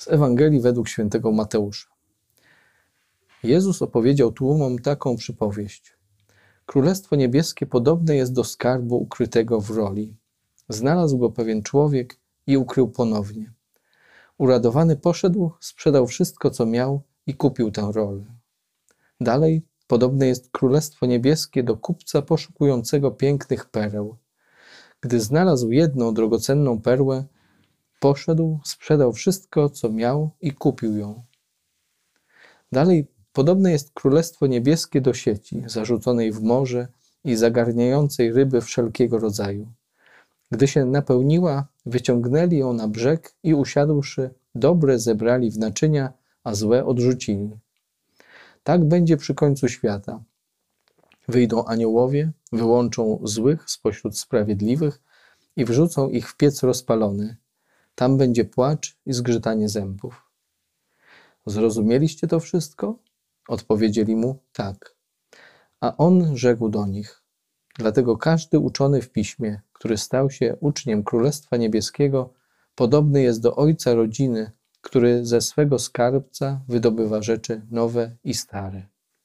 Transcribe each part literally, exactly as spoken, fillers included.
Z Ewangelii według świętego Mateusza. Jezus opowiedział tłumom taką przypowieść. Królestwo niebieskie podobne jest do skarbu ukrytego w roli. Znalazł go pewien człowiek i ukrył ponownie. Uradowany poszedł, sprzedał wszystko, co miał i kupił tę rolę. Dalej podobne jest Królestwo niebieskie do kupca poszukującego pięknych pereł. Gdy znalazł jedną drogocenną perłę, poszedł, sprzedał wszystko, co miał i kupił ją. Dalej podobne jest Królestwo niebieskie do sieci, zarzuconej w morze i zagarniającej ryby wszelkiego rodzaju. Gdy się napełniła, wyciągnęli ją na brzeg i usiadłszy, dobre zebrali w naczynia, a złe odrzucili. Tak będzie przy końcu świata. Wyjdą aniołowie, wyłączą złych spośród sprawiedliwych i wrzucą ich w piec rozpalony. Tam będzie płacz i zgrzytanie zębów. Zrozumieliście to wszystko? Odpowiedzieli mu tak. A on rzekł do nich. Dlatego każdy uczony w piśmie, który stał się uczniem Królestwa Niebieskiego, podobny jest do ojca rodziny, który ze swego skarbca wydobywa rzeczy nowe i stare.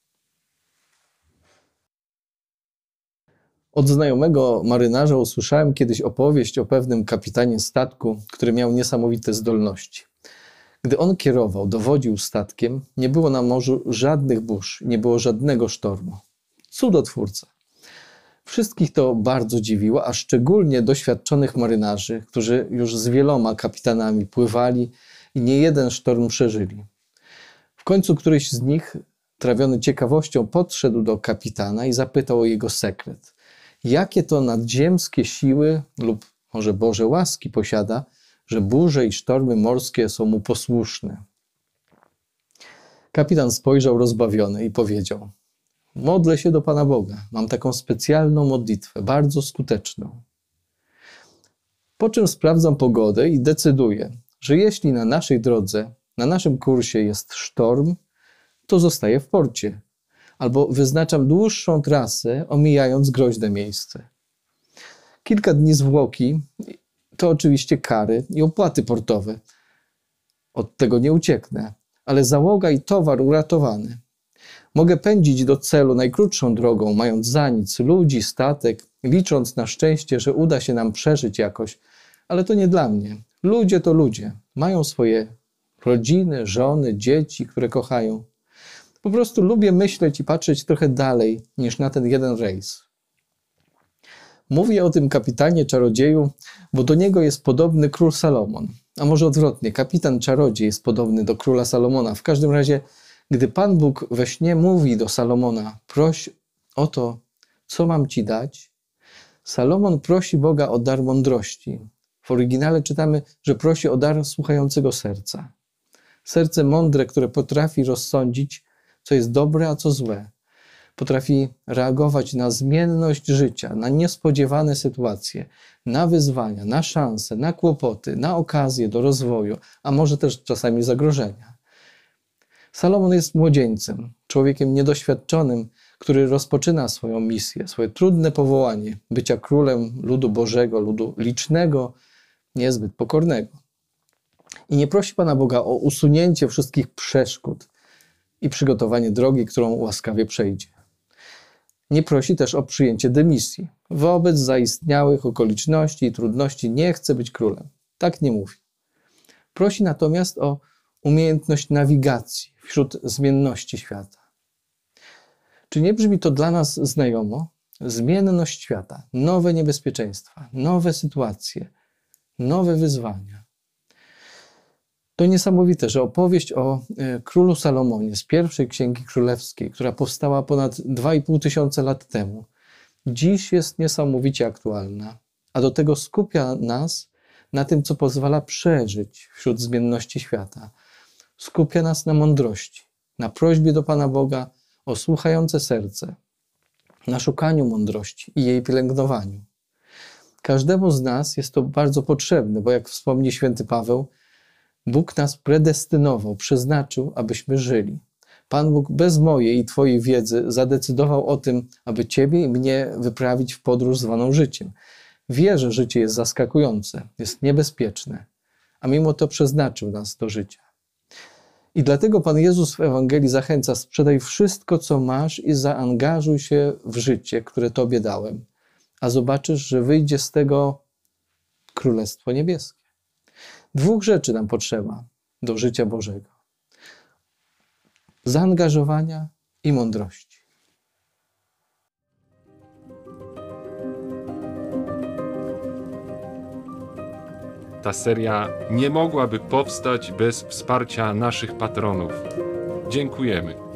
Od znajomego marynarza usłyszałem kiedyś opowieść o pewnym kapitanie statku, który miał niesamowite zdolności. Gdy on kierował, dowodził statkiem, nie było na morzu żadnych burz, nie było żadnego sztormu. Cudotwórca. Wszystkich to bardzo dziwiło, a szczególnie doświadczonych marynarzy, którzy już z wieloma kapitanami pływali i nie jeden sztorm przeżyli. W końcu któryś z nich, trawiony ciekawością, podszedł do kapitana i zapytał o jego sekret. Jakie to nadziemskie siły lub może Boże łaski posiada, że burze i sztormy morskie są mu posłuszne? Kapitan spojrzał rozbawiony i powiedział: modlę się do Pana Boga, mam taką specjalną modlitwę, bardzo skuteczną. Po czym sprawdzam pogodę i decyduję, że jeśli na naszej drodze, na naszym kursie jest sztorm, to zostaję w porcie. Albo wyznaczam dłuższą trasę, omijając groźne miejsce. Kilka dni zwłoki to oczywiście kary i opłaty portowe. Od tego nie ucieknę, ale załoga i towar uratowany. Mogę pędzić do celu najkrótszą drogą, mając za nic ludzi, statek, licząc na szczęście, że uda się nam przeżyć jakoś, ale to nie dla mnie. Ludzie to ludzie, mają swoje rodziny, żony, dzieci, które kochają. Po prostu lubię myśleć i patrzeć trochę dalej niż na ten jeden rejs. Mówię o tym kapitanie czarodzieju, bo do niego jest podobny król Salomon. A może odwrotnie, kapitan czarodziej jest podobny do króla Salomona. W każdym razie, gdy Pan Bóg we śnie mówi do Salomona, proś o to, co mam ci dać, Salomon prosi Boga o dar mądrości. W oryginale czytamy, że prosi o dar słuchającego serca. Serce mądre, które potrafi rozsądzić, co jest dobre, a co złe. Potrafi reagować na zmienność życia, na niespodziewane sytuacje, na wyzwania, na szanse, na kłopoty, na okazje do rozwoju, a może też czasami zagrożenia. Salomon jest młodzieńcem, człowiekiem niedoświadczonym, który rozpoczyna swoją misję, swoje trudne powołanie bycia królem ludu Bożego, ludu licznego, niezbyt pokornego. I nie prosi Pana Boga o usunięcie wszystkich przeszkód i przygotowanie drogi, którą łaskawie przejdzie. Nie prosi też o przyjęcie dymisji. Wobec zaistniałych okoliczności i trudności nie chce być królem. Tak nie mówi. Prosi natomiast o umiejętność nawigacji wśród zmienności świata. Czy nie brzmi to dla nas znajomo? Zmienność świata, nowe niebezpieczeństwa, nowe sytuacje, nowe wyzwania. To niesamowite, że opowieść o królu Salomonie z pierwszej Księgi Królewskiej, która powstała ponad dwa i pół tysiąca lat temu, dziś jest niesamowicie aktualna, a do tego skupia nas na tym, co pozwala przeżyć wśród zmienności świata. Skupia nas na mądrości, na prośbie do Pana Boga o słuchające serce, na szukaniu mądrości i jej pielęgnowaniu. Każdemu z nas jest to bardzo potrzebne, bo jak wspomni święty Paweł, Bóg nas predestynował, przeznaczył, abyśmy żyli. Pan Bóg bez mojej i Twojej wiedzy zadecydował o tym, aby Ciebie i mnie wyprawić w podróż zwaną życiem. Wie, że życie jest zaskakujące, jest niebezpieczne, a mimo to przeznaczył nas do życia. I dlatego Pan Jezus w Ewangelii zachęca: sprzedaj wszystko, co masz i zaangażuj się w życie, które Tobie dałem, a zobaczysz, że wyjdzie z tego Królestwo Niebieskie. Dwóch rzeczy nam potrzeba do życia Bożego: zaangażowania i mądrości. Ta seria nie mogłaby powstać bez wsparcia naszych patronów. Dziękujemy.